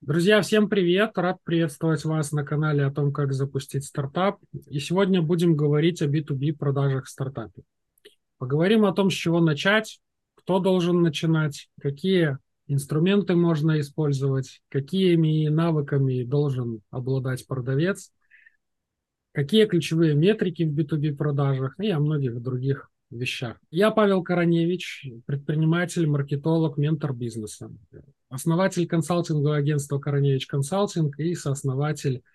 Друзья, всем привет! Рад приветствовать вас на канале о том, как запустить стартап. И сегодня будем говорить о B2B продажах в стартапе. Поговорим о том, с чего начать, кто должен начинать, какие инструменты можно использовать, какими навыками должен обладать продавец, какие ключевые метрики в B2B продажах и о многих других вещах. Я Павел Короневич, предприниматель, маркетолог, ментор бизнеса, основатель консалтингового агентства «Короневич Консалтинг» и сооснователь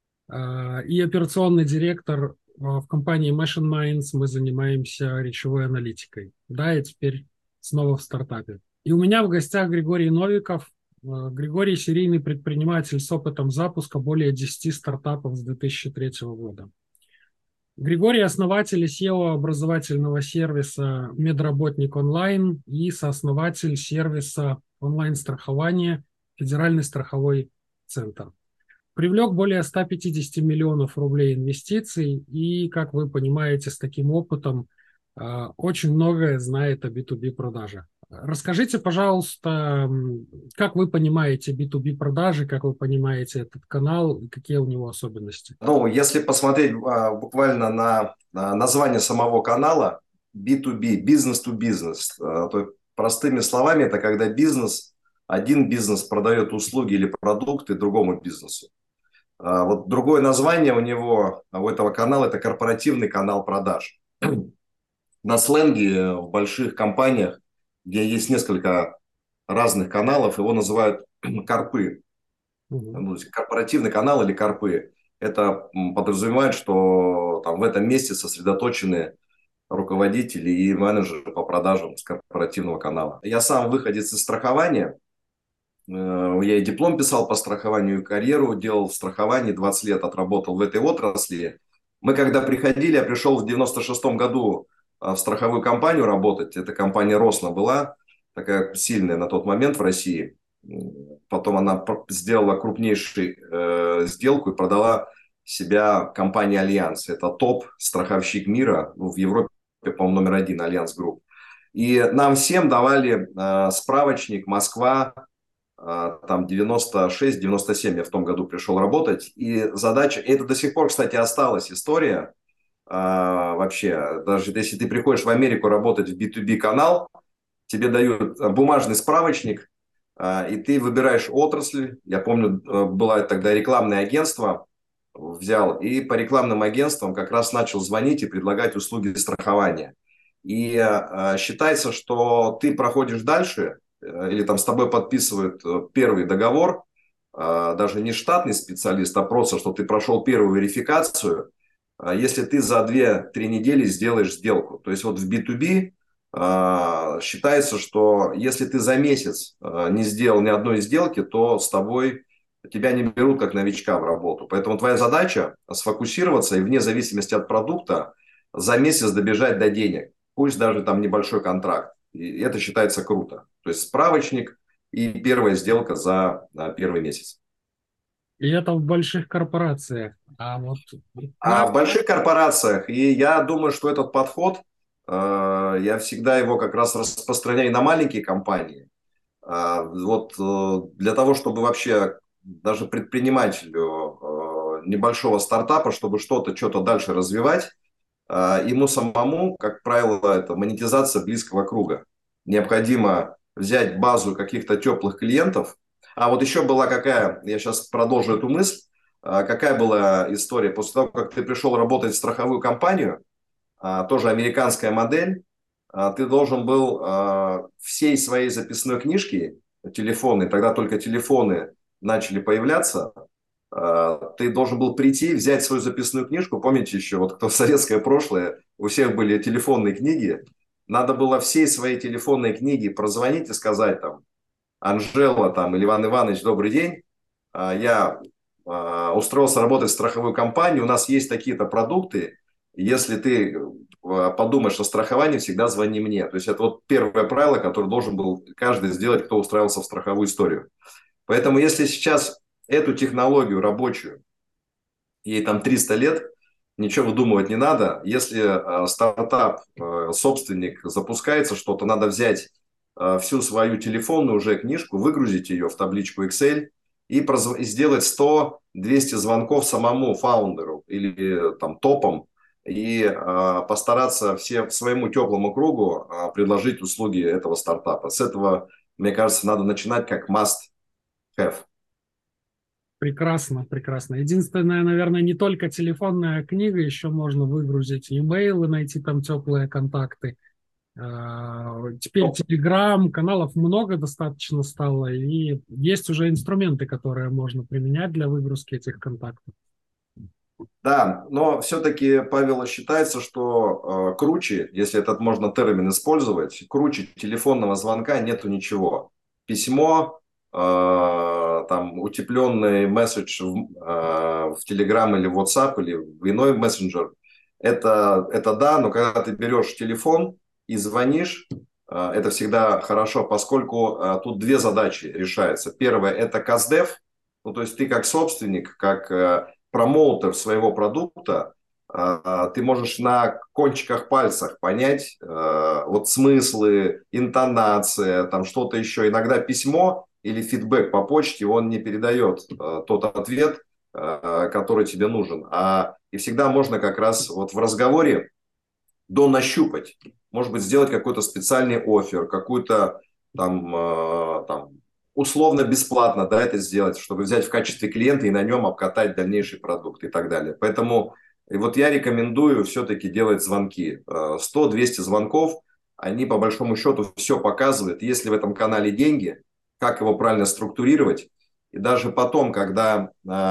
и операционный директор в компании Machine Minds. Мы занимаемся речевой аналитикой. Да, и теперь снова в стартапе. И у меня в гостях Григорий Новиков. Григорий – серийный предприниматель с опытом запуска более 10 стартапов с 2003 года. Григорий – основатель и SEO образовательного сервиса «Медработник онлайн» и сооснователь сервиса онлайн-страхования «Федеральный страховой центр». Привлек более 150 миллионов рублей инвестиций и, как вы понимаете, с таким опытом очень многое знает о B2B продажах. Расскажите, пожалуйста, как вы понимаете B2B продажи, как вы понимаете этот канал и какие у него особенности? Ну, если посмотреть буквально на название самого канала B2B, бизнес to бизнес, то простыми словами это когда один бизнес продает услуги или продукты другому бизнесу. Вот другое название у него, у этого канала, это корпоративный канал продаж. На сленге в больших компаниях, где есть несколько разных каналов, его называют корпы. Мгм. Ну, корпоративный канал или корпы. Это подразумевает, что там в этом месте сосредоточены руководители и менеджеры по продажам с корпоративного канала. Я сам выходец из страхования. Я и диплом писал по страхованию, и карьеру делал в страховании, 20 лет отработал в этой отрасли. Мы когда приходили, я пришел в 96-м году в страховую компанию работать. Эта компания Росна была, такая сильная на тот момент в России. Потом она сделала крупнейшую сделку и продала себя компании Альянс. Это топ-страховщик мира, ну, в Европе, по-моему, номер один, Альянс Групп. И нам всем давали справочник «Москва», там 96-97 я в том году пришел работать. И задача, и это до сих пор, кстати, осталась история вообще. Даже если ты приходишь в Америку работать в B2B канал, тебе дают бумажный справочник, и ты выбираешь отрасль. Я помню, было тогда рекламное агентство, взял, и по рекламным агентствам как раз начал звонить и предлагать услуги страхования. И считается, что ты проходишь дальше, или там с тобой подписывают первый договор, даже не штатный специалист, а просто, что ты прошел первую верификацию, если ты за 2-3 недели сделаешь сделку. То есть вот в B2B считается, что если ты за месяц не сделал ни одной сделки, то тебя не берут как новичка в работу. Поэтому твоя задача сфокусироваться и вне зависимости от продукта за месяц добежать до денег. Пусть даже там небольшой контракт. И это считается круто. То есть справочник и первая сделка за первый месяц. И это в больших корпорациях. А вот А в как? больших корпорациях, и я думаю, что этот подход, я всегда его как раз распространяю на маленькие компании. Вот для того, чтобы вообще даже предпринимателю небольшого стартапа, чтобы что-то дальше развивать, ему самому, как правило, это монетизация близкого круга. Необходимо взять базу каких-то теплых клиентов. А вот еще была какая, я сейчас продолжу эту мысль, какая была история после того, как ты пришел работать в страховую компанию, тоже американская модель, ты должен был всей своей записной книжки, телефонной, тогда только телефоны начали появляться, ты должен был прийти, взять свою записную книжку. Помните еще, вот кто в советское прошлое, у всех были телефонные книги. Надо было всей своей телефонной книги прозвонить и сказать там: Анжела там, или Иван Иванович, добрый день. Я устроился работать в страховую компанию, у нас есть такие-то продукты. Если ты подумаешь о страховании, всегда звони мне. То есть это вот первое правило, которое должен был каждый сделать, кто устраивался в страховую историю. Поэтому если сейчас эту технологию рабочую, ей там 300 лет, ничего выдумывать не надо. Если стартап, собственник запускается что-то, надо взять всю свою телефонную уже книжку, выгрузить ее в табличку Excel и сделать 100-200 звонков самому фаундеру или там топам, и постараться своему теплому кругу предложить услуги этого стартапа. С этого, мне кажется, надо начинать как must have. Прекрасно, прекрасно. Единственное, наверное, не только телефонная книга, еще можно выгрузить имейлы, найти там теплые контакты. Теперь Telegram, каналов много достаточно стало, и есть уже инструменты, которые можно применять для выгрузки этих контактов. Да, но все-таки, Павел, считается, что круче, если этот можно термин использовать, круче телефонного звонка нету ничего. Письмо, там утепленный месседж в Telegram или в WhatsApp или в иной мессенджер, это да, но когда ты берешь телефон и звонишь, это всегда хорошо, поскольку тут две задачи решаются. Первое – это КАЗДЕВ, ну, то есть ты как собственник, как промоутер своего продукта, ты можешь на кончиках пальцев понять вот смыслы, интонация, там что-то еще. Иногда письмо или фидбэк по почте, он не передает тот ответ, который тебе нужен. И всегда можно как раз вот в разговоре нащупать, может быть, сделать какой-то специальный оффер, какую-то там условно бесплатно, да, это сделать, чтобы взять в качестве клиента и на нем обкатать дальнейший продукт и так далее. Поэтому и вот я рекомендую все-таки делать звонки. 100-200 звонков, они по большому счету все показывают. Если в этом канале деньги, как его правильно структурировать. И даже потом, когда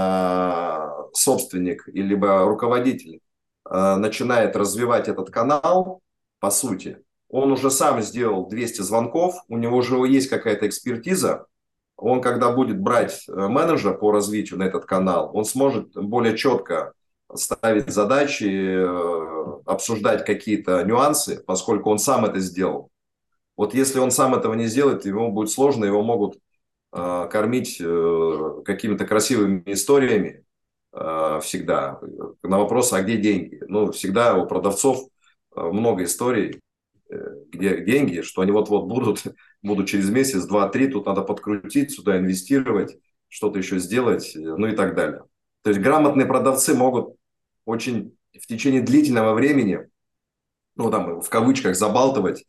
собственник или либо руководитель начинает развивать этот канал, по сути, он уже сам сделал 200 звонков, у него уже есть какая-то экспертиза, он, когда будет брать менеджера по развитию на этот канал, он сможет более четко ставить задачи, обсуждать какие-то нюансы, поскольку он сам это сделал. Вот если он сам этого не сделает, ему будет сложно, его могут кормить какими-то красивыми историями всегда. На вопрос, а где деньги? Ну, всегда у продавцов много историй, где деньги, что они вот-вот будут через месяц, два, три, тут надо подкрутить, сюда инвестировать, что-то еще сделать, ну и так далее. То есть грамотные продавцы могут очень в течение длительного времени, ну там в кавычках, забалтывать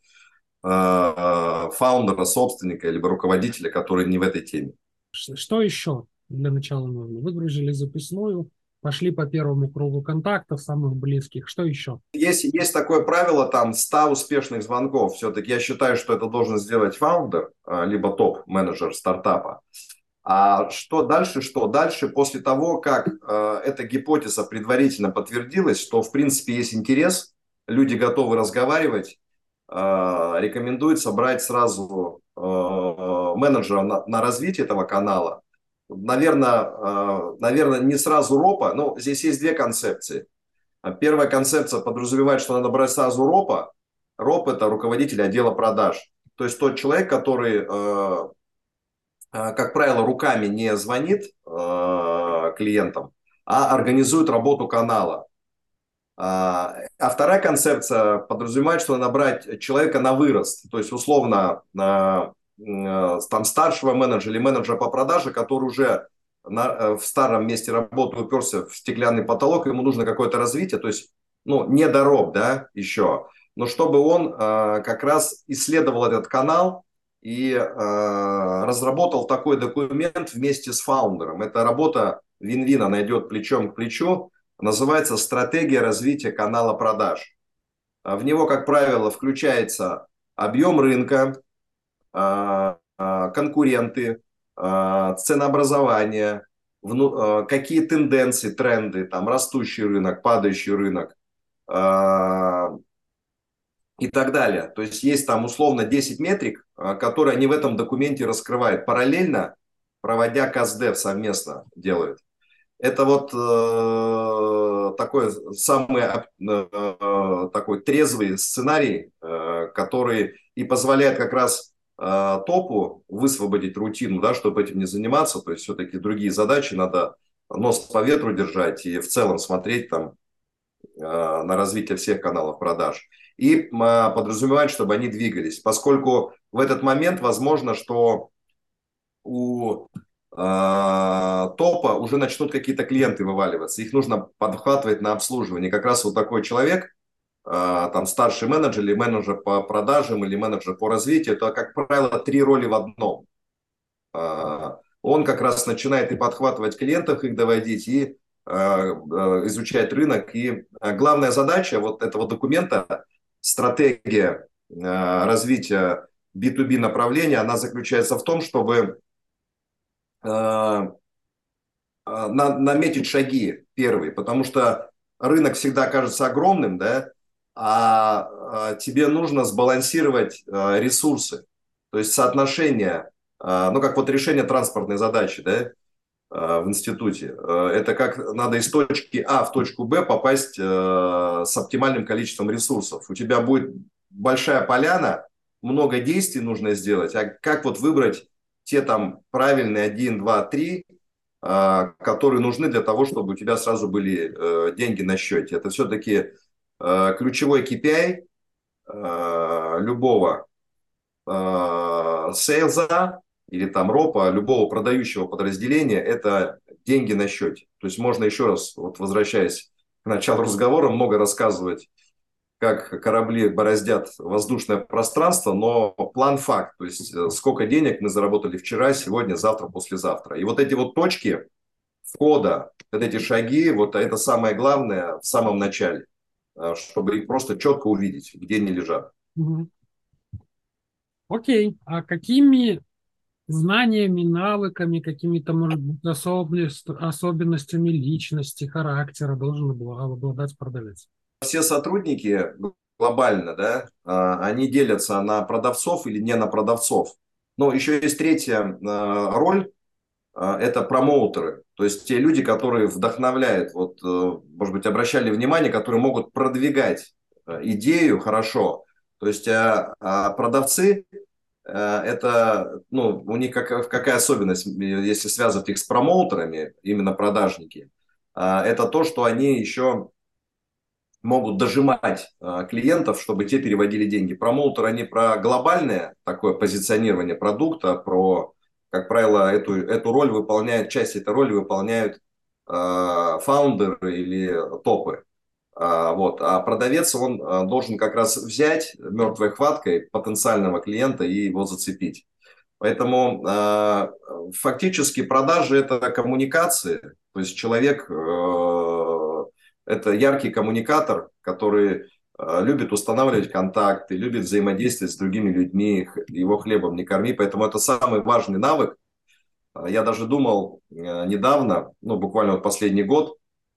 фаундера, собственника либо руководителя, который не в этой теме. Что еще для начала нужно? Выгрузили записную, пошли по первому кругу контактов самых близких. Что еще? Есть такое правило, там 100 успешных звонков. Все-таки я считаю, что это должен сделать фаундер, либо топ-менеджер стартапа. А что дальше? Что дальше? После того, как эта гипотеза предварительно подтвердилась, что в принципе есть интерес, люди готовы разговаривать, рекомендуется брать сразу менеджера на развитие этого канала. Наверное, не сразу ропа, но здесь есть две концепции. Первая концепция подразумевает, что надо брать сразу ропа. Роп – это руководитель отдела продаж. То есть тот человек, который, как правило, руками не звонит клиентам, а организует работу канала. А вторая концепция подразумевает, что надо брать человека на вырост. То есть, условно, там старшего менеджера или менеджера по продаже, который уже в старом месте работы уперся в стеклянный потолок, ему нужно какое-то развитие, то есть, ну, не дороб, да, еще, но чтобы он как раз исследовал этот канал и разработал такой документ вместе с фаундером. Эта работа вин-вин, она идет плечом к плечу, называется «Стратегия развития канала продаж». В него, как правило, включается объем рынка, конкуренты, ценообразование, какие тенденции, тренды, там растущий рынок, падающий рынок и так далее. То есть есть там условно 10 метрик, которые они в этом документе раскрывают. Параллельно, проводя КАЗДЕВ совместно делают. Это вот такой самый такой трезвый сценарий, который и позволяет как раз топу высвободить рутину, да, чтобы этим не заниматься. То есть все-таки другие задачи надо нос по ветру держать и в целом смотреть там на развитие всех каналов продаж. И подразумевать, чтобы они двигались. Поскольку в этот момент возможно, что у топа уже начнут какие-то клиенты вываливаться. Их нужно подхватывать на обслуживание. Как раз вот такой человек, там старший менеджер или менеджер по продажам или менеджер по развитию, это, как правило, три роли в одном. Он как раз начинает и подхватывать клиентов, их доводить, и изучать рынок. И главная задача вот этого документа, стратегия развития B2B направления, она заключается в том, чтобы наметить шаги первые, потому что рынок всегда кажется огромным, да, тебе нужно сбалансировать ресурсы, то есть соотношение, ну как вот решение транспортной задачи, да, в институте. Это как надо из точки А в точку Б попасть с оптимальным количеством ресурсов. У тебя будет большая поляна, много действий нужно сделать, а как вот выбрать те там правильные 1, 2, 3, которые нужны для того, чтобы у тебя сразу были деньги на счете. Это все-таки ключевой KPI любого сейлза или там ропа, любого продающего подразделения, это деньги на счете. То есть можно еще раз, вот возвращаясь к началу разговора, много рассказывать, как корабли бороздят воздушное пространство, но план-факт, то есть сколько денег мы заработали вчера, сегодня, завтра, послезавтра. И вот эти вот точки входа, вот эти шаги, вот это самое главное в самом начале, чтобы их просто четко увидеть, где они лежат. Мгм. Окей. А какими знаниями, навыками, какими-то, может быть, особенностями личности, характера должен обладать продавец? Все сотрудники глобально, да, они делятся на продавцов или не на продавцов. Но еще есть третья роль, это промоутеры. То есть те люди, которые вдохновляют, вот, может быть, обращали внимание, которые могут продвигать идею хорошо. То есть продавцы, это, ну, у них какая особенность, если связывать их с промоутерами, именно продажники, это то, что они еще могут дожимать клиентов, чтобы те переводили деньги. Промоутеры, они про глобальное такое позиционирование продукта, про, как правило, эту роль выполняют, часть этой роли выполняют фаундеры или топы. Вот. А продавец, он должен как раз взять мертвой хваткой потенциального клиента и его зацепить. Поэтому фактически продажи – это коммуникации. То есть человек это яркий коммуникатор, который любит устанавливать контакты, любит взаимодействовать с другими людьми, его хлебом не корми. Поэтому это самый важный навык. Я даже думал недавно, ну буквально вот последний год,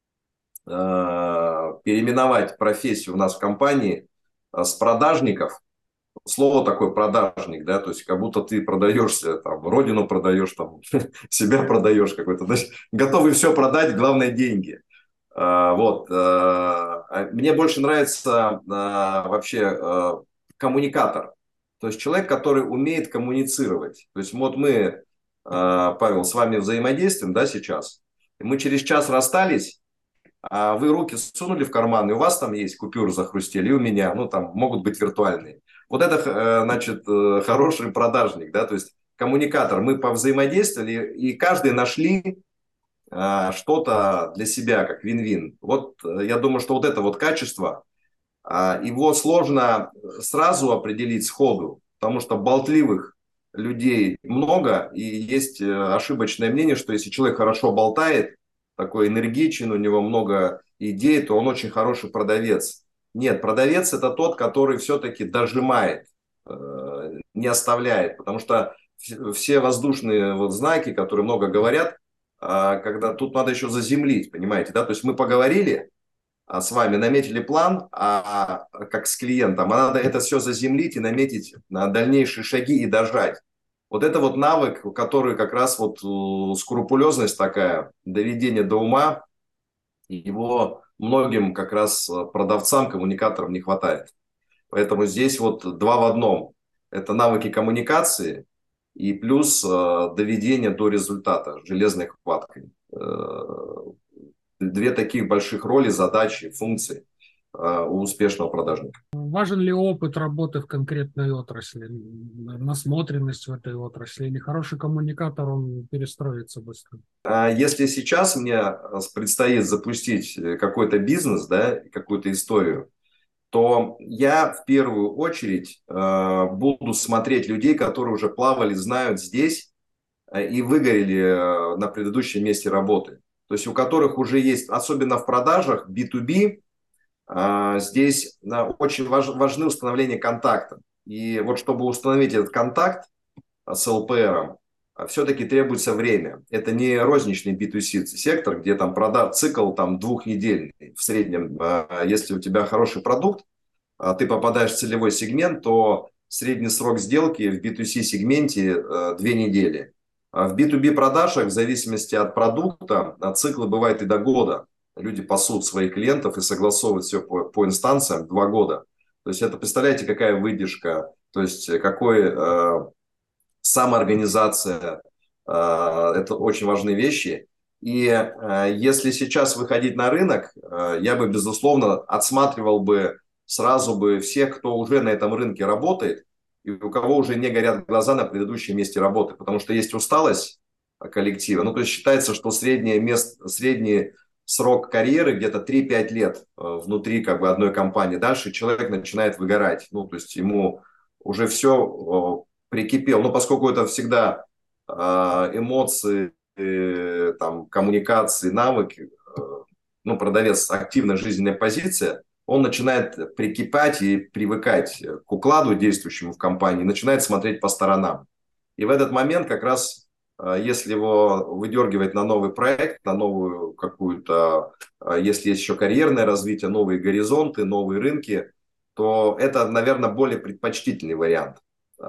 переименовать профессию у нас в компании с продажников. Слово такое продажник, да, то есть как будто ты продаешься, там, родину продаешь, там, себя продаешь какой-то, значит, готовый все продать, главное деньги. Вот. Мне больше нравится вообще коммуникатор. То есть человек, который умеет коммуницировать. То есть вот мы, Павел, с вами взаимодействуем, да, сейчас. И мы через час расстались, а вы руки сунули в карман, и у вас там есть купюры захрустели, и у меня, ну там могут быть виртуальные. Вот это, значит, хороший продажник, да, то есть коммуникатор. Мы повзаимодействовали, и каждый нашли что-то для себя, как вин-вин. Вот я думаю, что вот это вот качество, его сложно сразу определить сходу, потому что болтливых людей много, и есть ошибочное мнение, что если человек хорошо болтает, такой энергичен, у него много идей, то он очень хороший продавец. Нет, продавец это тот, который все-таки дожимает, не оставляет, потому что все воздушные вот знаки, которые много говорят, когда тут надо еще заземлить, понимаете, да, то есть мы поговорили, с вами наметили план, как с клиентом, а надо это все заземлить и наметить на дальнейшие шаги и дожать. Вот это вот навык, который как раз вот скрупулезность такая, доведение до ума, его многим как раз продавцам, коммуникаторам не хватает. Поэтому здесь вот два в одном. Это навыки коммуникации и плюс доведение до результата железной хваткой. Две таких больших роли, задачи, функции. у успешного продажника. Важен ли опыт работы в конкретной отрасли, насмотренность в этой отрасли, или хороший коммуникатор, он перестроится быстро? Если сейчас мне предстоит запустить какой-то бизнес, да, какую-то историю, то я в первую очередь буду смотреть людей, которые уже плавали, знают здесь и выгорели на предыдущем месте работы. То есть у которых уже есть, особенно в продажах B2B, здесь очень важны установление контакта. И вот чтобы установить этот контакт с ЛПРом, все-таки требуется время. Это не розничный B2C сектор, где там цикл там, двухнедельный в среднем. Если у тебя хороший продукт, ты попадаешь в целевой сегмент, то средний срок сделки в B2C сегменте 2 недели. В B2B продажах, в зависимости от продукта, циклы бывают и до года. Люди пасут своих клиентов и согласовывают все по инстанциям 2 года. То есть это, представляете, какая выдержка, то есть какой самоорганизация, это очень важные вещи. И если сейчас выходить на рынок, я бы, безусловно, отсматривал бы сразу бы всех, кто уже на этом рынке работает, и у кого уже не горят глаза на предыдущем месте работы, потому что есть усталость коллектива. Ну, то есть считается, что средний срок карьеры где-то 3-5 лет внутри как бы одной компании. Дальше человек начинает выгорать. Ну, то есть ему уже все прикипел. Ну, поскольку это всегда эмоции, там, коммуникации, навыки, ну, продавец активная жизненная позиция, он начинает прикипать и привыкать к укладу, действующему в компании, начинает смотреть по сторонам. И в этот момент как раз, если его выдергивать на новый проект, на новую какую-то, если есть еще карьерное развитие, новые горизонты, новые рынки, то это, наверное, более предпочтительный вариант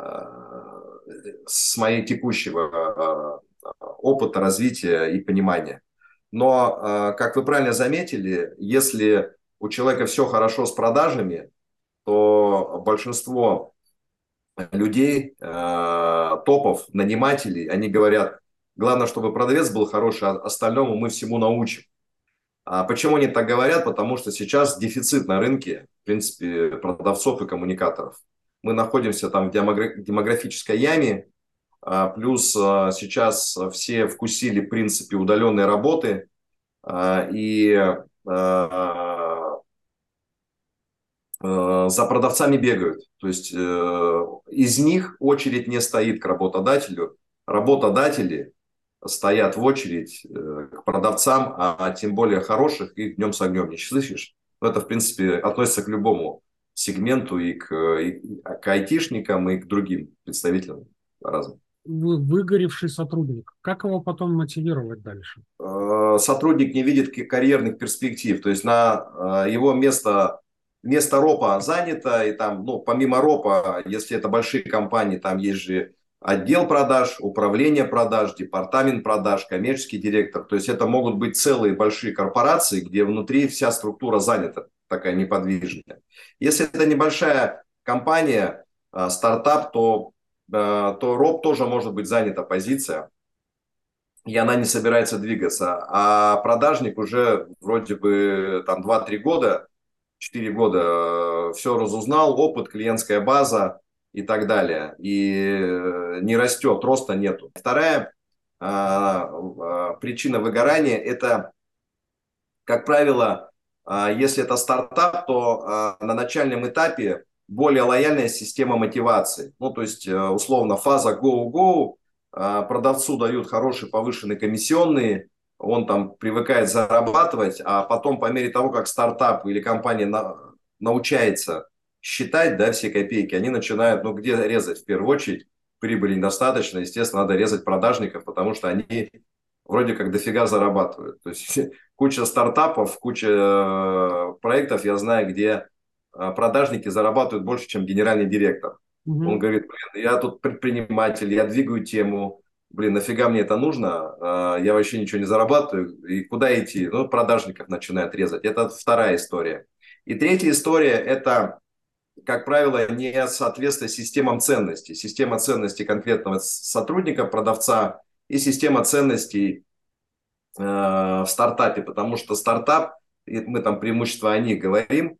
с моей текущего опыта, развития и понимания. Но, как вы правильно заметили, если у человека все хорошо с продажами, то большинство людей, топов, нанимателей, они говорят, главное, чтобы продавец был хороший, а остальному мы всему научим. А почему они так говорят? Потому что сейчас дефицит на рынке, в принципе, продавцов и коммуникаторов. Мы находимся там в демографической яме, плюс сейчас все вкусили в принципе удаленной работы, и за продавцами бегают. То есть из них очередь не стоит к работодателю. Работодатели стоят в очередь к продавцам, а тем более хороших, и днем с огнем не слышишь. Но это, в принципе, относится к любому сегменту, и к айтишникам, и к другим представителям разным. Выгоревший сотрудник. Как его потом мотивировать дальше? Сотрудник не видит карьерных перспектив, то есть на его место ропа занято, и там, ну, помимо ропа, если это большие компании, там есть же отдел продаж, управление продаж, департамент продаж, коммерческий директор, то есть это могут быть целые большие корпорации, где внутри вся структура занята, такая неподвижная. Если это небольшая компания, стартап, то РОП тоже может быть занята позиция, и она не собирается двигаться. А продажник уже вроде бы там 2-3 года, 4 года все разузнал, опыт, клиентская база и так далее. И не растет, роста нету. Вторая причина выгорания – это, как правило, если это стартап, то на начальном этапе более лояльная система мотивации. Ну, то есть, условно, фаза go-go, продавцу дают хорошие повышенные комиссионные, он там привыкает зарабатывать, а потом по мере того, как стартап или компания научается считать, да, все копейки, они начинают, ну, где резать в первую очередь, прибыли недостаточно, естественно, надо резать продажников, потому что они вроде как дофига зарабатывают. То есть куча стартапов, куча проектов, я знаю, где продажники зарабатывают больше, чем генеральный директор. Он говорит, блин, я тут предприниматель, я двигаю тему, блин, нафига мне это нужно, я вообще ничего не зарабатываю, и куда идти? Ну, продажников начинают резать. Это вторая история. И третья история – это, как правило, несоответствие системам ценностей. Система ценностей конкретного сотрудника, продавца и система ценностей в стартапе, потому что стартап, и мы там преимущество о них говорим,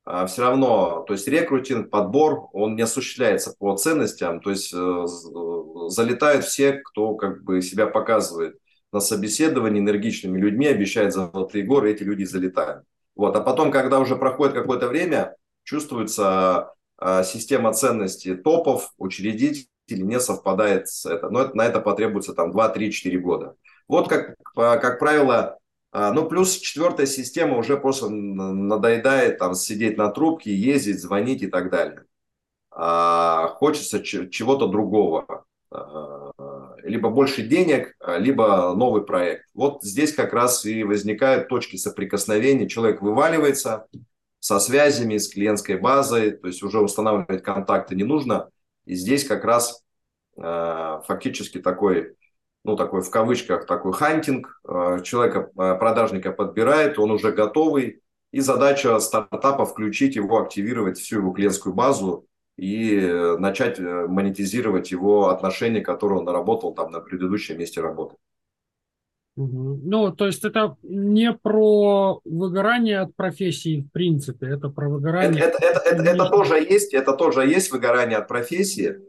все равно, то есть рекрутинг, подбор, он не осуществляется по ценностям, то есть залетают все, кто как бы себя показывает на собеседовании энергичными людьми, обещает золотые горы, эти люди залетают. Вот. А потом, когда уже проходит какое-то время, чувствуется система ценностей топов, учредителей не совпадает с это. Но на это потребуется там 2, 3, 4 года. Вот как правило, ну, плюс четвертая система уже просто надоедает там сидеть на трубке, ездить, звонить и так далее. Хочется чего-то другого. Либо больше денег, либо новый проект. Вот здесь как раз и возникают точки соприкосновения. Человек вываливается со связями, с клиентской базой, то есть уже устанавливать контакты не нужно. И здесь как раз фактически такой, ну, такой в кавычках, такой хантинг, человека, продажника подбирает, он уже готовый, и задача стартапа включить его, активировать всю его клиентскую базу и начать монетизировать его отношения, которые он наработал там на предыдущем месте работы. Мгм. Ну, то есть это не про выгорание от профессии в принципе, это про Это, выгорание. это, это, это, это тоже есть выгорание от профессии.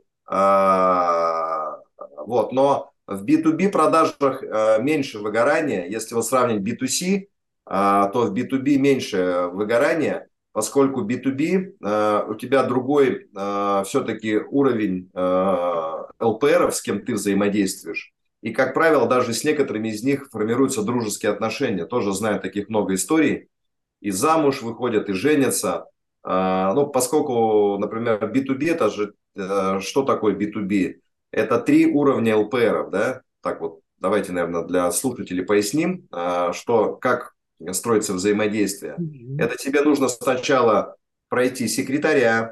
Вот, но в B2B продажах меньше выгорания. Если вот сравнить B2C, то в B2B меньше выгорания, поскольку B2B у тебя другой все-таки уровень ЛПРов, с кем ты взаимодействуешь. И, как правило, даже с некоторыми из них формируются дружеские отношения. Тоже знаю таких много историй. И замуж выходят, и женятся. Ну, поскольку, например, B2B, это же, что такое B2B? Это 3 уровня ЛПРов, да? Так вот, давайте, наверное, для слушателей поясним, как строится взаимодействие. Мгм. Это тебе нужно сначала пройти секретаря,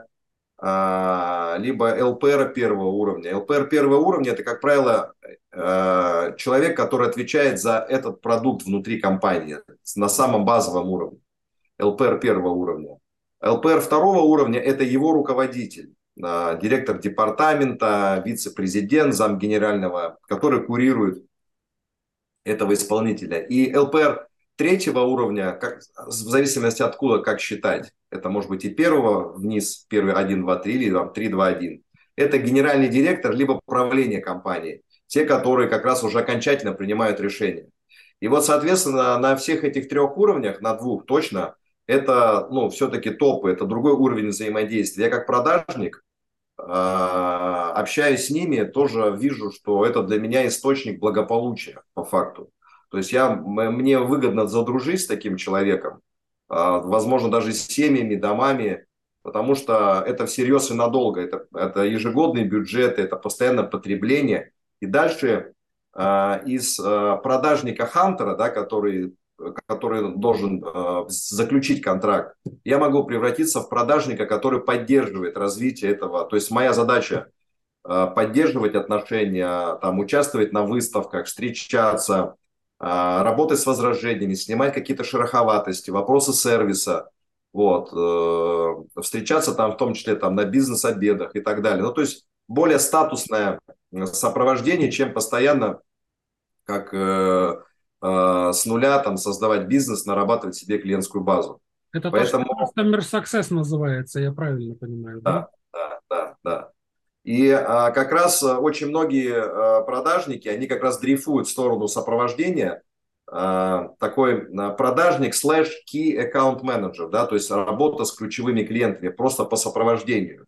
либо ЛПР первого уровня. ЛПР первого уровня – это, как правило, человек, который отвечает за этот продукт внутри компании на самом базовом уровне. ЛПР первого уровня. ЛПР второго уровня – это его руководитель, директор департамента, вице-президент, замгенерального, который курирует этого исполнителя. И ЛПР третьего уровня, в зависимости откуда, как считать, это может быть и первого вниз, первый 1, 2, 3 или там, 3, 2, 1. Это генеральный директор, либо правление компании. Те, которые как раз уже окончательно принимают решения. И вот, соответственно, на всех этих 3 уровнях, на 2 точно, это, ну, все-таки топы, это другой уровень взаимодействия. Я как продажник, общаюсь с ними, тоже вижу, что это для меня источник благополучия по факту. То есть мне выгодно задружить с таким человеком, возможно, даже с семьями, домами, потому что это всерьез и надолго. Это ежегодный бюджет, это постоянное потребление. И дальше из продажника Хантера, да, который должен заключить контракт, я могу превратиться в продажника, который поддерживает развитие этого. То есть моя задача поддерживать отношения, там, участвовать на выставках, встречаться, работать с возражениями, снимать какие-то шероховатости, вопросы сервиса, вот, встречаться там в том числе там, на бизнес-обедах и так далее. Ну, то есть более статусное сопровождение, чем постоянно как с нуля там, создавать бизнес, нарабатывать себе клиентскую базу. Это то, что Поэтому, Customer Success называется, я правильно понимаю, да? да. И как раз очень многие продажники, они как раз дрейфуют в сторону сопровождения. Такой продажник слэш key account manager, да, то есть работа с ключевыми клиентами просто по сопровождению.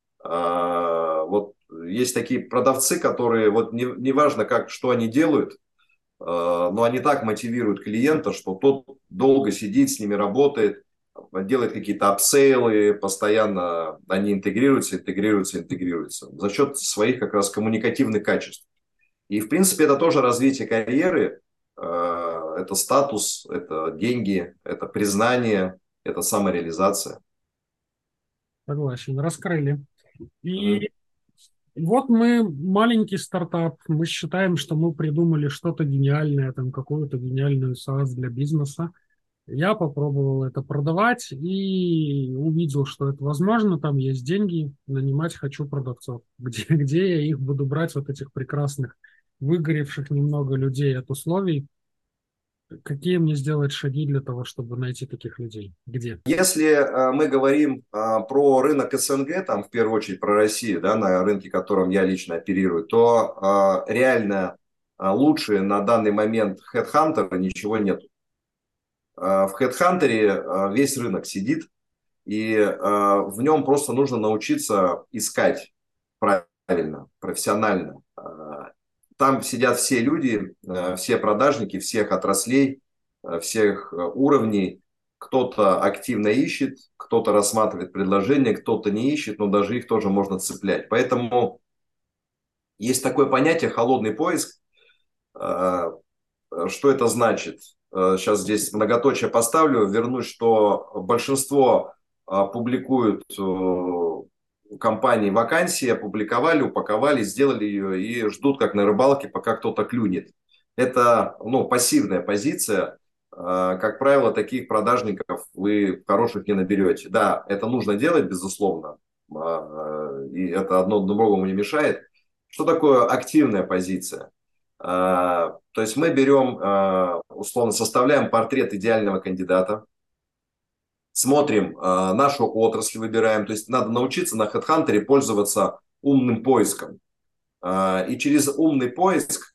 Вот есть такие продавцы, которые вот неважно, что они делают, но они так мотивируют клиента, что тот долго сидит, с ними работает, делает какие-то апсейлы, постоянно они интегрируются за счет своих как раз коммуникативных качеств. И, в принципе, это тоже развитие карьеры, это статус, это деньги, это признание, это самореализация. Согласен, раскрыли. Мгм. И вот мы маленький стартап, мы считаем, что мы придумали что-то гениальное, там какую-то гениальную SaaS для бизнеса. Я попробовал это продавать и увидел, что это возможно, там есть деньги, нанимать хочу продавцов. Где я их буду брать, вот этих прекрасных, выгоревших немного людей от условий? Какие мне сделать шаги для того, чтобы найти таких людей? Где? Если мы говорим про рынок СНГ, там в первую очередь про Россию, да, на рынке, которым я лично оперирую, то реально лучше на данный момент HeadHunter ничего нет. В HeadHunter весь рынок сидит, и в нем просто нужно научиться искать правильно, профессионально. Там сидят все люди, все продажники всех отраслей, всех уровней. Кто-то активно ищет, кто-то рассматривает предложения, кто-то не ищет, но даже их тоже можно цеплять. Поэтому есть такое понятие холодный поиск. Что это значит? Сейчас здесь многоточие поставлю, вернусь, что большинство публикуют компании вакансии, опубликовали, упаковали, сделали ее и ждут, как на рыбалке, пока кто-то клюнет. Это, ну, пассивная позиция. Как правило, таких продажников вы хороших не наберете. Да, это нужно делать, безусловно, и это одно другому не мешает. Что такое активная позиция? То есть мы берем, условно, составляем портрет идеального кандидата, смотрим нашу отрасль, выбираем. То есть надо научиться на HeadHunter пользоваться умным поиском. И через умный поиск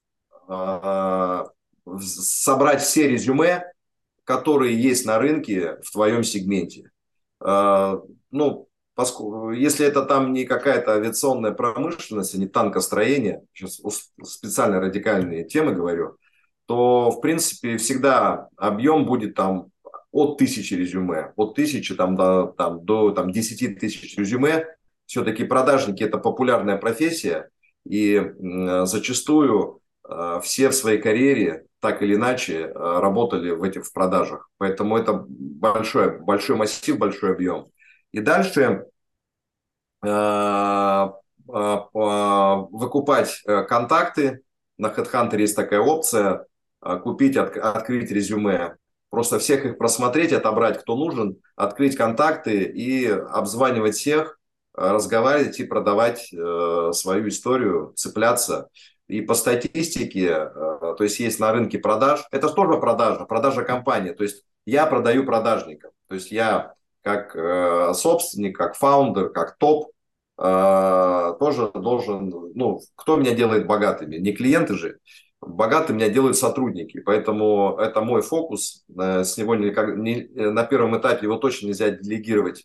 собрать все резюме, которые есть на рынке в твоем сегменте. Ну, если это там не какая-то авиационная промышленность, а не танкостроение, сейчас специально радикальные темы говорю, то, в принципе, всегда объем будет там от 1000 резюме, от 1000 до 10 тысяч резюме. Все-таки продажники – это популярная профессия, и зачастую все в своей карьере так или иначе работали в продажах. Поэтому это большой массив, большой объем. И дальше выкупать контакты. На HeadHunter есть такая опция: купить, открыть резюме. Просто всех их просмотреть, отобрать, кто нужен, открыть контакты и обзванивать всех, разговаривать и продавать свою историю, цепляться. И по статистике, то есть есть на рынке продаж, это тоже продажа компании. То есть я продаю продажников. То есть я как собственник, как фаундер, как топ, тоже должен, ну, кто меня делает богатыми? Не клиенты же, богатыми меня делают сотрудники. Поэтому это мой фокус, с него на первом этапе его точно нельзя делегировать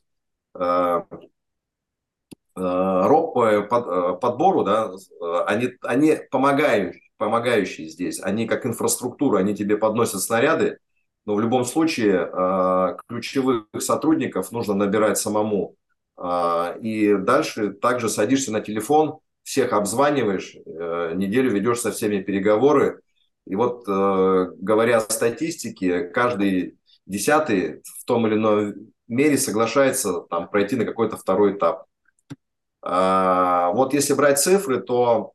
подбору, да, они помогающие здесь, они как инфраструктура, они тебе подносят снаряды, но в любом случае ключевых сотрудников нужно набирать самому. И дальше также садишься на телефон, всех обзваниваешь, неделю ведешь со всеми переговоры. И вот, говоря о статистике, каждый десятый в том или ином мере соглашается там пройти на какой-то второй этап. Вот если брать цифры, то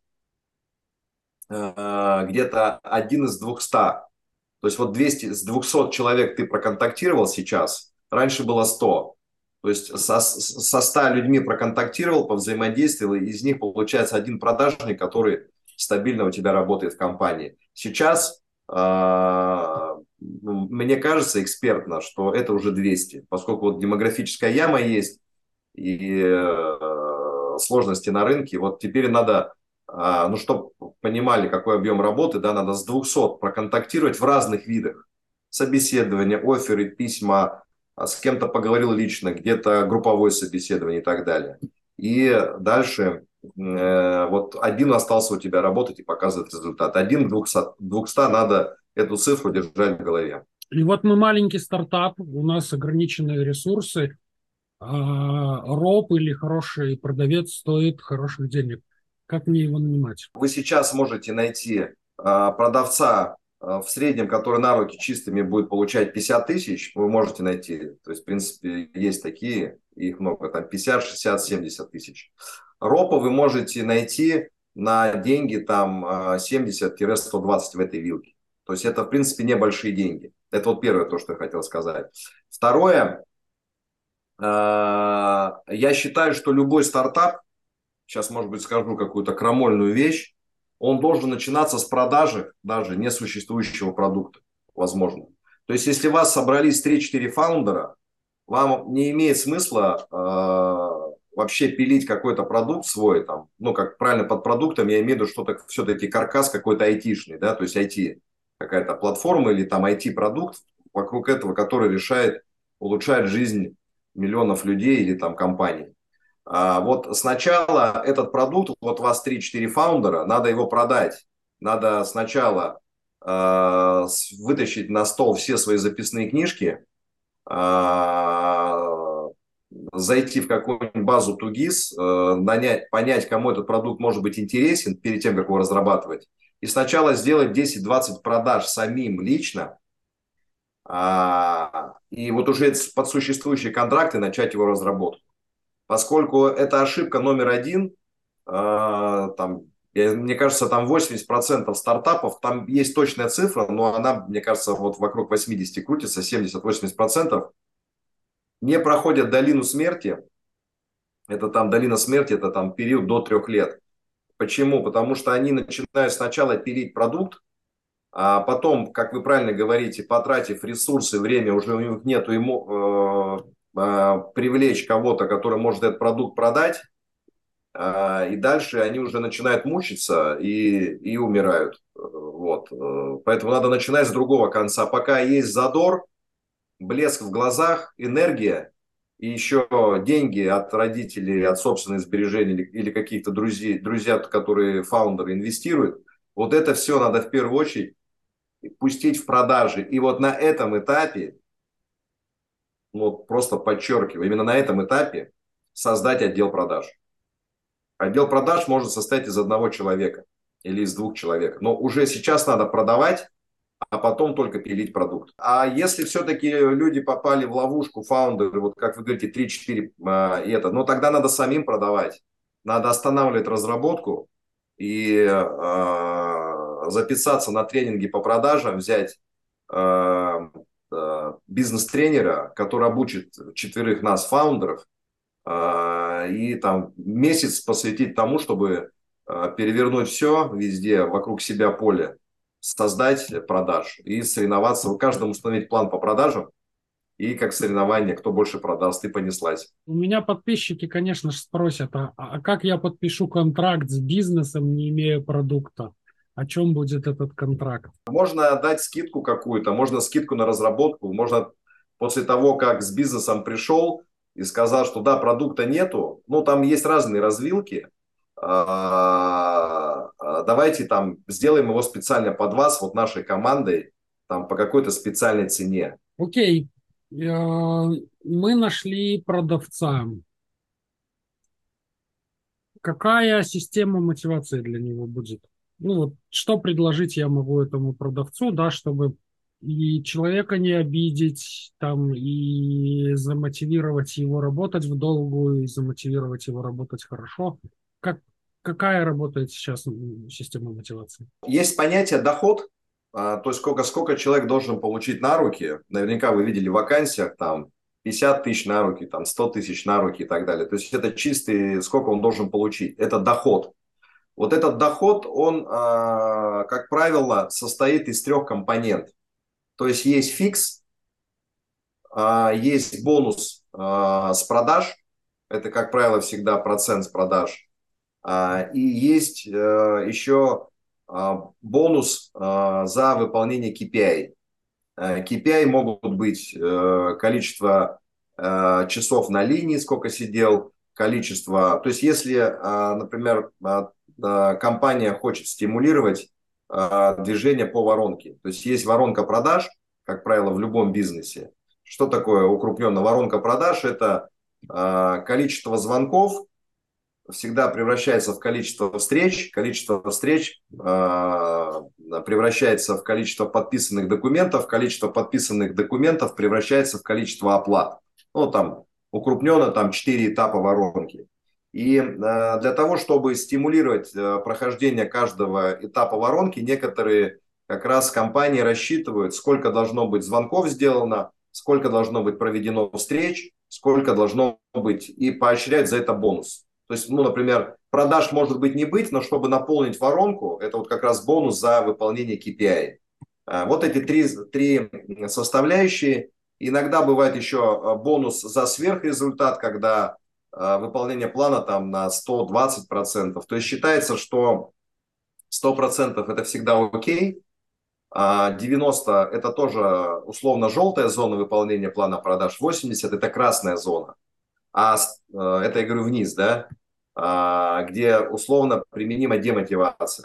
где-то 1 из 200. То есть вот 200, с 200 человек ты проконтактировал сейчас, раньше было 100. То есть со 100 людьми проконтактировал, повзаимодействовал, и из них получается один продажник, который стабильно у тебя работает в компании. Сейчас мне кажется экспертно, что это уже 200, поскольку вот демографическая яма есть, и сложности на рынке. Вот теперь надо, ну, чтобы понимали, какой объем работы, да, надо с 200 проконтактировать в разных видах. Собеседования, офферы, письма, с кем-то поговорил лично, где-то групповое собеседование и так далее. И дальше вот один остался у тебя работать и показывать результат. 1 к 200 надо эту цифру держать в голове. И вот мы маленький стартап, у нас ограниченные ресурсы, роб или хороший продавец стоит хороших денег. Как мне его нанимать? Вы сейчас можете найти продавца в среднем, который на руки чистыми будет получать 50 тысяч, вы можете найти. То есть, в принципе, есть такие, их много, там 50, 60, 70 тысяч. Ропа вы можете найти на деньги там 70-120 в этой вилке. То есть это, в принципе, небольшие деньги. Это вот первое, то, что я хотел сказать. Второе, я считаю, что любой стартап, сейчас, может быть, скажу какую-то крамольную вещь, он должен начинаться с продажи даже несуществующего продукта. возможно. То есть, если у вас собрались 3-4 фаундера, вам не имеет смысла вообще пилить какой-то продукт свой, там, ну, как правильно под продуктом, я имею в виду что-то, все-таки каркас какой-то айтишный, да, то есть IT, какая-то платформа или там IT-продукт вокруг этого, который решает, улучшает жизнь миллионов людей или там компаний. Вот сначала этот продукт, вот у вас 3-4 фаундера, надо его продать. Надо сначала вытащить на стол все свои записные книжки, зайти в какую-нибудь базу Тугис, понять, кому этот продукт может быть интересен перед тем, как его разрабатывать. И сначала сделать 10-20 продаж самим лично, и вот уже под существующие контракты начать его разработку. Поскольку это ошибка номер один, там, мне кажется, там 80% стартапов, там есть точная цифра, но она, мне кажется, вот вокруг 80 крутится, 70-80%, не проходят долину смерти. Это там долина смерти, это там период до 3 лет. Почему? Потому что они начинают сначала пилить продукт, а потом, как вы правильно говорите, потратив ресурсы, время, уже у них нету привлечь кого-то, который может этот продукт продать, и дальше они уже начинают мучиться и умирают. Вот. Поэтому надо начинать с другого конца. Пока есть задор, блеск в глазах, энергия и еще деньги от родителей, от собственных сбережений или каких-то друзья, которые фаундеры инвестируют, вот это все надо в первую очередь пустить в продажи. И вот на этом этапе, вот просто подчеркиваю, именно на этом этапе создать отдел продаж. Отдел продаж может состоять из одного человека или из 2 человек. Но уже сейчас надо продавать, а потом только пилить продукт. А если все-таки люди попали в ловушку, фаундеры, вот как вы говорите, 3-4, ну тогда надо самим продавать. Надо останавливать разработку и записаться на тренинги по продажам, взять бизнес-тренера, который обучит 4 нас, фаундеров, и там месяц посвятить тому, чтобы перевернуть все везде, вокруг себя поле, создать продаж и соревноваться, каждому установить план по продажам и как соревнование, кто больше продаст, и понеслась. У меня подписчики, конечно же, спросят, а как я подпишу контракт с бизнесом, не имея продукта? О чем будет этот контракт? Можно дать скидку какую-то, можно скидку на разработку, можно после того, как с бизнесом пришел и сказал, что да, продукта нету, ну там есть разные развилки, давайте там сделаем его специально под вас, вот нашей командой, там по какой-то специальной цене. Окей, мы нашли продавца. Какая система мотивации для него будет? Ну вот, что предложить я могу этому продавцу, да, чтобы и человека не обидеть, там, и замотивировать его работать в долгую, и замотивировать его работать хорошо. Как, какая работает сейчас система мотивации? Есть понятие доход, то есть сколько человек должен получить на руки. Наверняка вы видели в вакансиях там 50 тысяч на руки, там 100 тысяч на руки и так далее. То есть это чистый, сколько он должен получить. Это доход. Вот этот доход, он, как правило, состоит из 3 компонентов. То есть есть фикс, есть бонус с продаж. Это, как правило, всегда процент с продаж. И есть еще бонус за выполнение KPI. KPI могут быть количество часов на линии, сколько сидел, количество. То есть если, например, компания хочет стимулировать движение по воронке, то есть есть воронка продаж, как правило, в любом бизнесе. Что такое укрупненная воронка продаж? Это количество звонков всегда превращается в количество встреч превращается в количество подписанных документов превращается в количество оплат. Ну, там укрупненно там 4 этапа воронки. И для того, чтобы стимулировать прохождение каждого этапа воронки, некоторые как раз компании рассчитывают, сколько должно быть звонков сделано, сколько должно быть проведено встреч, сколько должно быть, и поощрять за это бонус. То есть, ну, например, продаж может быть не быть, но чтобы наполнить воронку, это вот как раз бонус за выполнение KPI. Вот эти три составляющие. Иногда бывает еще бонус за сверхрезультат, когда выполнение плана там на 120%. То есть считается, что 100% это всегда окей, а 90% это тоже условно желтая зона выполнения плана продаж, 80% это красная зона. Это я говорю вниз, да, где условно применима демотивация.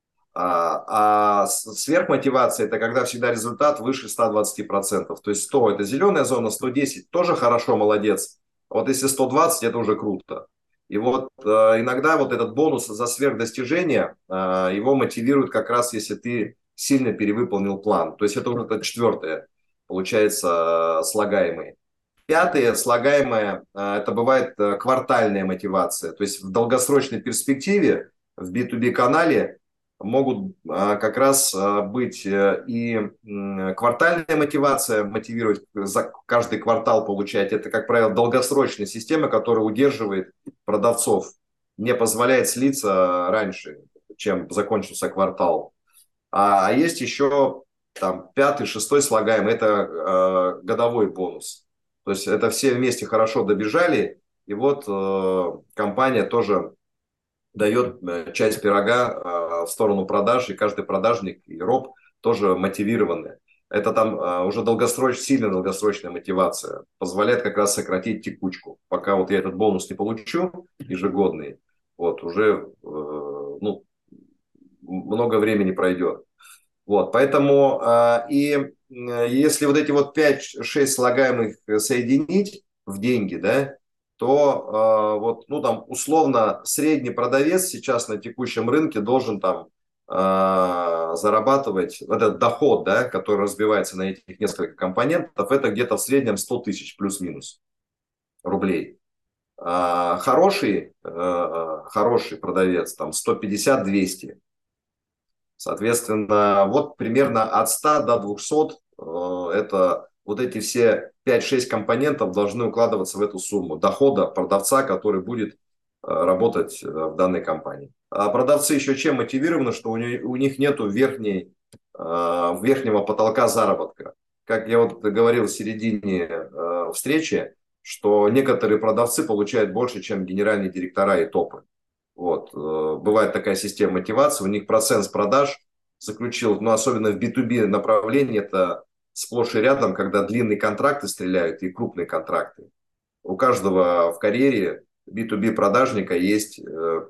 Сверхмотивация – это когда всегда результат выше 120%. То есть 100 – это зеленая зона, 110 – тоже хорошо, молодец. А вот если 120 – это уже круто. И вот иногда вот этот бонус за сверхдостижение, его мотивирует как раз, если ты сильно перевыполнил план. То есть это уже четвертое, получается, слагаемые. Пятое, слагаемое, это бывает квартальная мотивация. То есть в долгосрочной перспективе в B2B канале могут как раз быть и квартальная мотивация, мотивировать за каждый квартал получать. Это, как правило, долгосрочная система, которая удерживает продавцов, не позволяет слиться раньше, чем закончился квартал. А есть еще там пятый, шестой слагаемый, это годовой бонус. То есть это все вместе хорошо добежали, и вот компания тоже дает часть пирога в сторону продаж, и каждый продажник и роб тоже мотивированы. Это там уже сильно долгосрочная мотивация. Позволяет как раз сократить текучку. Пока вот я этот бонус не получу, ежегодный, вот уже ну, много времени пройдет. Вот, поэтому если вот эти вот пять-шесть слагаемых соединить в деньги, да, то вот, ну там условно средний продавец сейчас на текущем рынке должен там зарабатывать этот доход, да, который разбивается на этих несколько компонентов, это где-то в среднем 100 тысяч плюс-минус рублей. Хороший продавец там 150-200. Соответственно, вот примерно от 100 до 200 это вот эти все 5-6 компонентов должны укладываться в эту сумму дохода продавца, который будет работать в данной компании. А продавцы еще чем мотивированы, что у них нет верхнего потолка заработка. Как я вот говорил в середине встречи, что некоторые продавцы получают больше, чем генеральные директора и топы. Вот. Бывает такая система мотивации, у них процент с продаж заключил, ну, особенно в B2B направлении, это сплошь и рядом, когда длинные контракты стреляют и крупные контракты. У каждого в карьере B2B продажника есть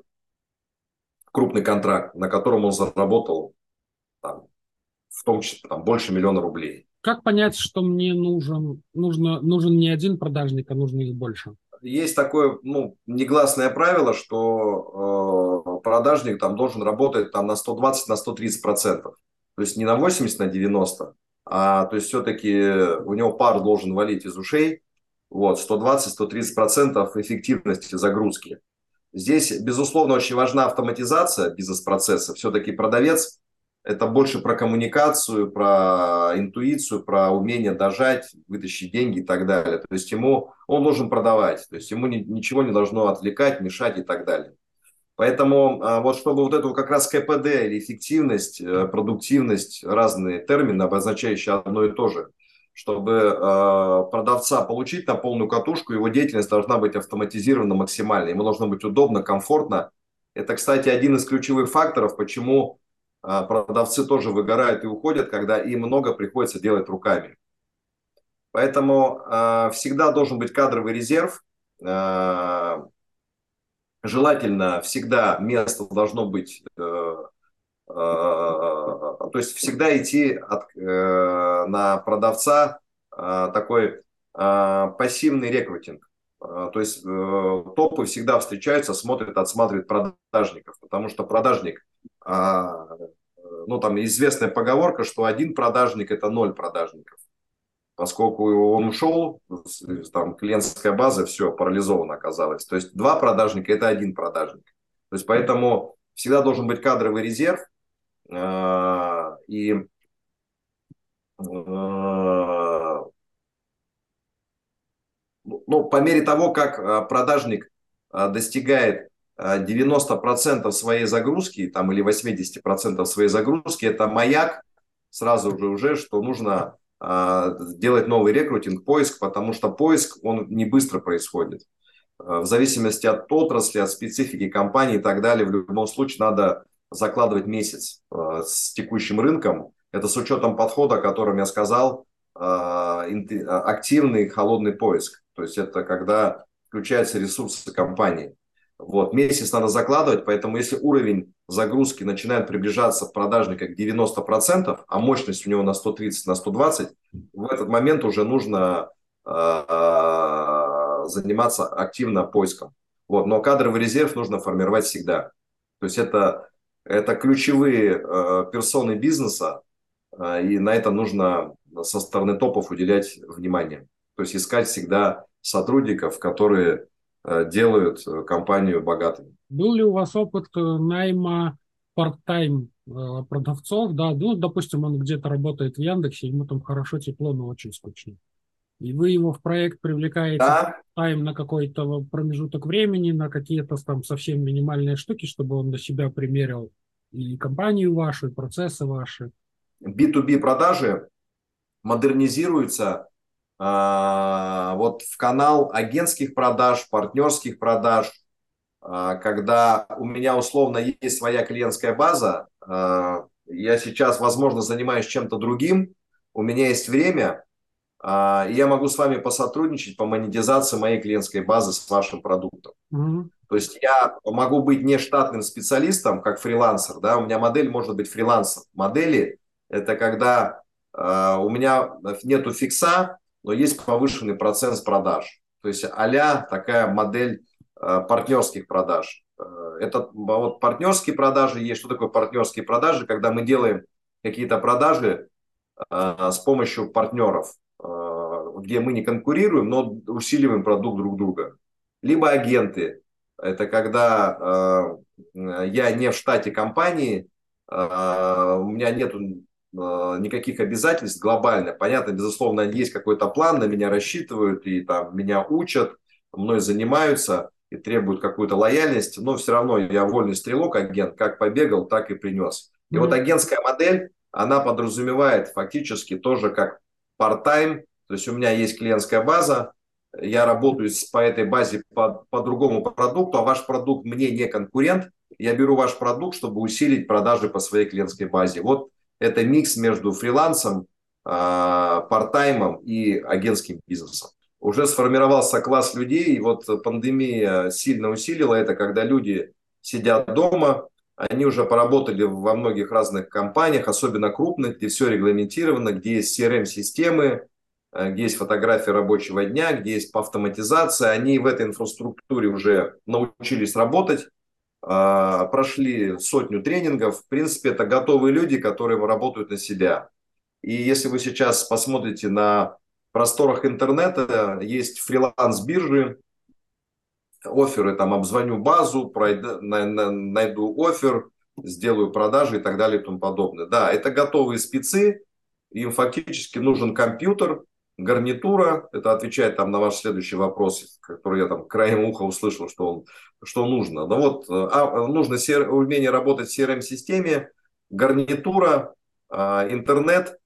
крупный контракт, на котором он заработал там, в том числе там, больше миллиона рублей. Как понять, что мне нужен не один продажник, а нужно их больше? Есть такое, ну, негласное правило, что продажник там должен работать там на 120, на 130%. То есть не на 80, на 90, то есть все-таки у него пар должен валить из ушей. Вот, 120-130% эффективности загрузки. Здесь, безусловно, очень важна автоматизация бизнес-процесса. Все-таки продавец – это больше про коммуникацию, про интуицию, про умение дожать, вытащить деньги и так далее. То есть он должен продавать, то есть ему ничего не должно отвлекать, мешать и так далее. Поэтому вот чтобы вот эту как раз КПД или эффективность, продуктивность, разные термины, обозначающие одно и то же, чтобы продавца получить на полную катушку, его деятельность должна быть автоматизирована максимально, ему должно быть удобно, комфортно. Это, кстати, один из ключевых факторов, почему продавцы тоже выгорают и уходят, когда им много приходится делать руками. Поэтому всегда должен быть кадровый резерв. Желательно всегда место должно быть, то есть всегда идти на продавца такой пассивный рекрутинг. То есть топы всегда встречаются, отсматривают продажников, потому что продажник, ну там известная поговорка, что один продажник – это 0 продажников. Поскольку он ушел, там клиентская база, все, парализована оказалась. То есть 2 продажника – это 1 продажник. То есть поэтому всегда должен быть кадровый резерв. И ну, по мере того, как продажник достигает 90% своей загрузки там, или 80% своей загрузки, это маяк сразу же уже, что нужно делать новый рекрутинг, поиск, потому что поиск, он не быстро происходит. В зависимости от отрасли, от специфики компании и так далее, в любом случае надо закладывать месяц с текущим рынком. Это с учетом подхода, о котором я сказал, активный холодный поиск. То есть это когда включаются ресурсы компании. Вот, месяц надо закладывать, поэтому если уровень загрузки начинает приближаться в продажника к 90%, а мощность у него на 130, на 120, в этот момент уже нужно заниматься активно поиском. Вот, но кадровый резерв нужно формировать всегда. То есть это ключевые персоны бизнеса, и на это нужно со стороны топов уделять внимание. То есть искать всегда сотрудников, которые делают компанию богатой. Был ли у вас опыт найма парт-тайм продавцов? Да, ну, допустим, он где-то работает в Яндексе, ему там хорошо, тепло, но очень скучно. И вы его в проект привлекаете Да, тайм на какой-то промежуток времени, на какие-то там совсем минимальные штуки, чтобы он на себя примерил и компанию вашу, и процессы ваши. B2B продажи модернизируются вот в канал агентских продаж, партнерских продаж, когда у меня условно есть своя клиентская база, я сейчас, возможно, занимаюсь чем-то другим, у меня есть время, и я могу с вами посотрудничать по монетизации моей клиентской базы с вашим продуктом. Мгм. То есть я могу быть не штатным специалистом, как фрилансер, да, у меня модель может быть фрилансер. Модели – это когда у меня нету фикса, но есть повышенный процент продаж. То есть а-ля такая модель партнерских продаж. Это вот партнерские продажи есть. Что такое партнерские продажи? Когда мы делаем какие-то продажи с помощью партнеров, где мы не конкурируем, но усиливаем продукт друг друга. Либо агенты. Это когда я не в штате компании, у меня нет никаких обязательств глобально. Понятно, безусловно, есть какой-то план, на меня рассчитывают и там меня учат, мной занимаются и требуют какую-то лояльность, но все равно я вольный стрелок, агент, как побегал, так и принес. И вот Мгм. агентская модель, она подразумевает фактически тоже как part-time, то есть у меня есть клиентская база, я работаю по этой базе по другому продукту, а ваш продукт мне не конкурент, я беру ваш продукт, чтобы усилить продажи по своей клиентской базе. Вот это микс между фрилансом, парт-таймом и агентским бизнесом. Уже сформировался класс людей, и вот пандемия сильно усилила это, когда люди сидят дома, они уже поработали во многих разных компаниях, особенно крупных, где все регламентировано, где есть CRM-системы, где есть фотографии рабочего дня, где есть автоматизация. Они в этой инфраструктуре уже научились работать, прошли сотню тренингов. В принципе, это готовые люди, которые работают на себя. И если вы сейчас посмотрите на просторах интернета, есть фриланс-биржи, оферы, там, обзвоню базу, найду офер, сделаю продажи и так далее и тому подобное. Да, это готовые спецы, им фактически нужен компьютер, гарнитура, это отвечает там на ваш следующий вопрос, который я там краем уха услышал, что нужно. Ну вот, нужно умение работать в CRM-системе, гарнитура, интернет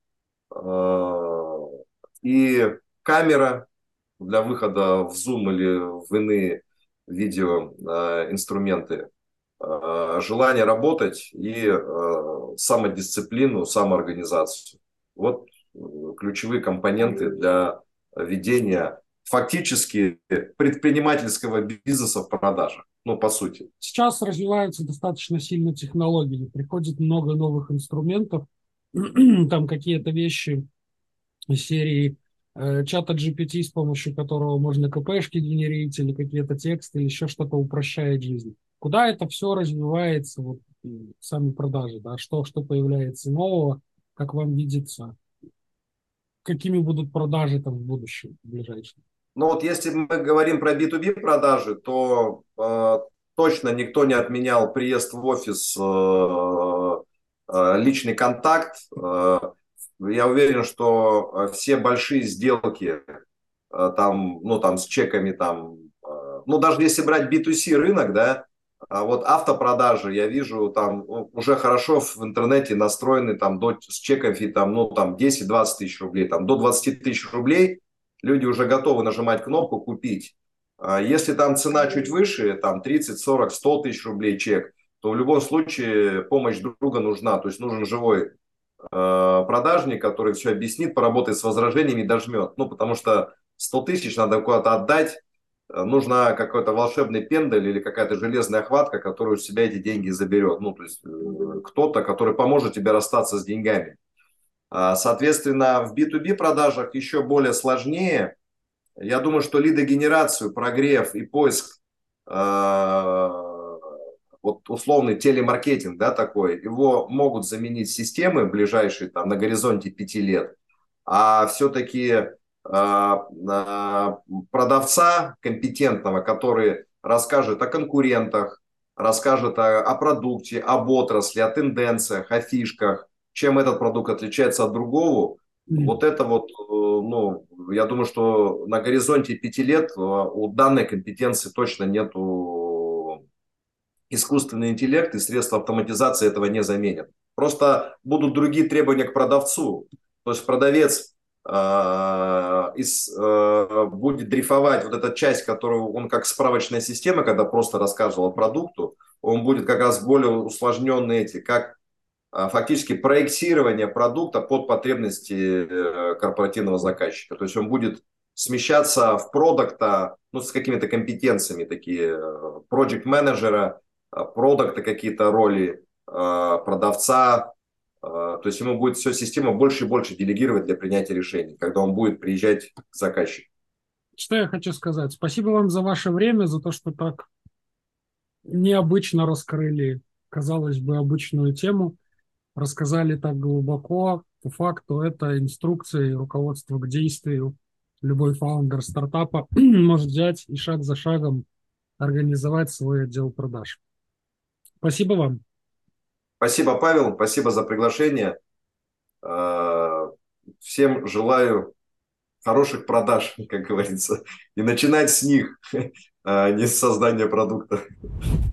и камера для выхода в Zoom или в иные видеоинструменты, желание работать и самодисциплину, самоорганизацию. Вот ключевые компоненты для ведения фактически предпринимательского бизнеса в продажах. Ну, по сути. Сейчас развиваются достаточно сильно технологии, приходит много новых инструментов, там какие-то вещи из серии чата GPT, с помощью которого можно КПшки генерить или какие-то тексты, или еще что-то упрощает жизнь. Куда это все развивается, вот, сами продажи, да, что появляется нового, как вам видится, какими будут продажи там в будущем, в ближайшем? Ну вот если мы говорим про B2B продажи, то точно никто не отменял приезд в офис, личный контакт. Я уверен, что все большие сделки там, ну, там с чеками, там, ну, даже если брать B2C рынок, да, А вот автопродажи, я вижу, там уже хорошо в интернете настроены там с чеками там, ну, там 10-20 тысяч рублей, там до 20 тысяч рублей люди уже готовы нажимать кнопку «Купить». Если там цена чуть выше, там 30, 40, 100 тысяч рублей чек, то в любом случае помощь друга нужна. То есть нужен живой продажник, который все объяснит, поработает с возражениями и дожмет. Ну, потому что 100 тысяч надо куда-то отдать, нужна какой-то волшебный пендель или какая-то железная хватка, которая у себя эти деньги заберет. Ну, то есть кто-то, который поможет тебе расстаться с деньгами. Соответственно, в B2B продажах еще более сложнее. Я думаю, что лидогенерацию, прогрев и поиск, вот условный телемаркетинг, да, такой, его могут заменить системы ближайшие там на горизонте 5 лет, а все-таки продавца компетентного, который расскажет о конкурентах, расскажет о продукте, об отрасли, о тенденциях, о фишках, чем этот продукт отличается от другого. Вот это вот, ну, я думаю, что на горизонте 5 лет у данной компетенции точно нету. Искусственный интеллект и средства автоматизации этого не заменят. Просто будут другие требования к продавцу. То есть продавец будет дрейфовать вот эта часть, которую он как справочная система, когда просто рассказывал о продукту, он будет как раз более усложненные эти, как фактически проектирование продукта под потребности корпоративного заказчика. То есть он будет смещаться в продукта, ну, с какими-то компетенциями, такие project менеджера, продукта какие-то роли, продавца. То есть ему будет все система больше и больше делегировать для принятия решений, когда он будет приезжать к заказчику. Что я хочу сказать? Спасибо вам за ваше время, за то, что так необычно раскрыли, казалось бы, обычную тему, рассказали так глубоко. По факту это инструкция и руководство к действию. Любой фаундер стартапа может взять и шаг за шагом организовать свой отдел продаж. Спасибо вам. Спасибо, Павел, спасибо за приглашение. Всем желаю хороших продаж, как говорится, и начинать с них, а не с создания продукта.